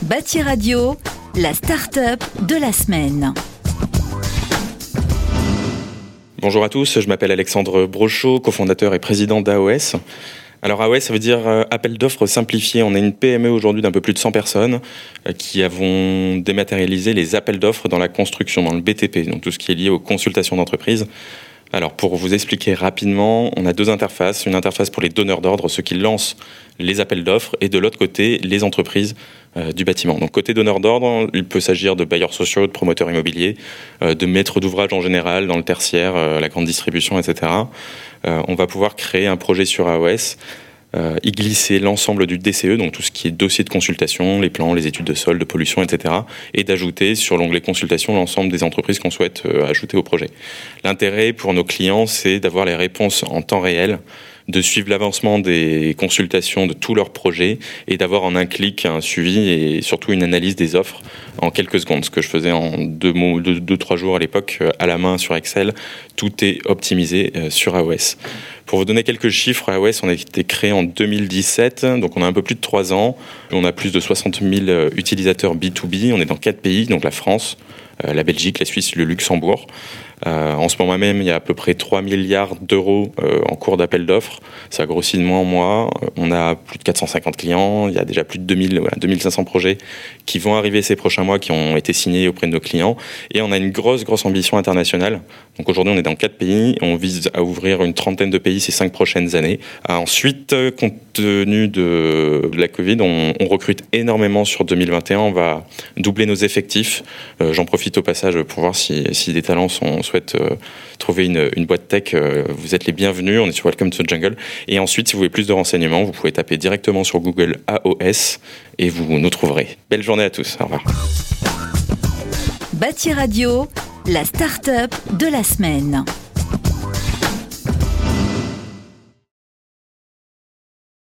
Bâti Radio, la start-up de la semaine. Bonjour à tous, je m'appelle Alexandre Brochot, cofondateur et président d'AOS. Alors AOS, ça veut dire appel d'offres simplifié. On est une PME aujourd'hui d'un peu plus de 100 personnes qui avons dématérialisé les appels d'offres dans la construction, dans le BTP, donc tout ce qui est lié aux consultations d'entreprise. Alors pour vous expliquer rapidement, on a deux interfaces. Une interface pour les donneurs d'ordre, ceux qui lancent les appels d'offres, et de l'autre côté, les entreprises du bâtiment. Donc côté donneur d'ordre, il peut s'agir de bailleurs sociaux, de promoteurs immobiliers, de maîtres d'ouvrage en général, dans le tertiaire, la grande distribution, etc. On va pouvoir créer un projet sur AOS, y glisser l'ensemble du DCE, donc tout ce qui est dossier de consultation, les plans, les études de sol, de pollution, etc. Et d'ajouter sur l'onglet consultation l'ensemble des entreprises qu'on souhaite ajouter au projet. L'intérêt pour nos clients, c'est d'avoir les réponses en temps réel, de suivre l'avancement des consultations de tous leurs projets et d'avoir en un clic un suivi et surtout une analyse des offres en quelques secondes. Ce que je faisais en 2-3 jours à l'époque à la main sur Excel, tout est optimisé sur AOS. Pour vous donner quelques chiffres, AOS, on a été créé en 2017, donc on a un peu plus de 3 ans. On a plus de 60 000 utilisateurs B2B. On est dans 4 pays, donc la France, la Belgique, la Suisse, le Luxembourg. En ce moment même, il y a à peu près 3 milliards d'euros en cours d'appel d'offres. Ça grossit de mois en mois. On a plus de 450 clients. Il y a déjà plus de 2500 projets qui vont arriver ces prochains mois, qui ont été signés auprès de nos clients. Et on a une grosse ambition internationale. Donc aujourd'hui, on est dans 4 pays. Et on vise à ouvrir une trentaine de pays ces 5 prochaines années. Ensuite, compte tenu de la Covid, on recrute énormément sur 2021. On va doubler nos effectifs. J'en profite au passage pour voir si des talents souhaitent trouver une boîte tech. Vous êtes les bienvenus. On est sur Welcome to the Jungle. Et ensuite, si vous voulez plus de renseignements, vous pouvez taper directement sur Google AOS et vous nous trouverez. Belle journée à tous. Au revoir. Bâti Radio, la start-up de la semaine.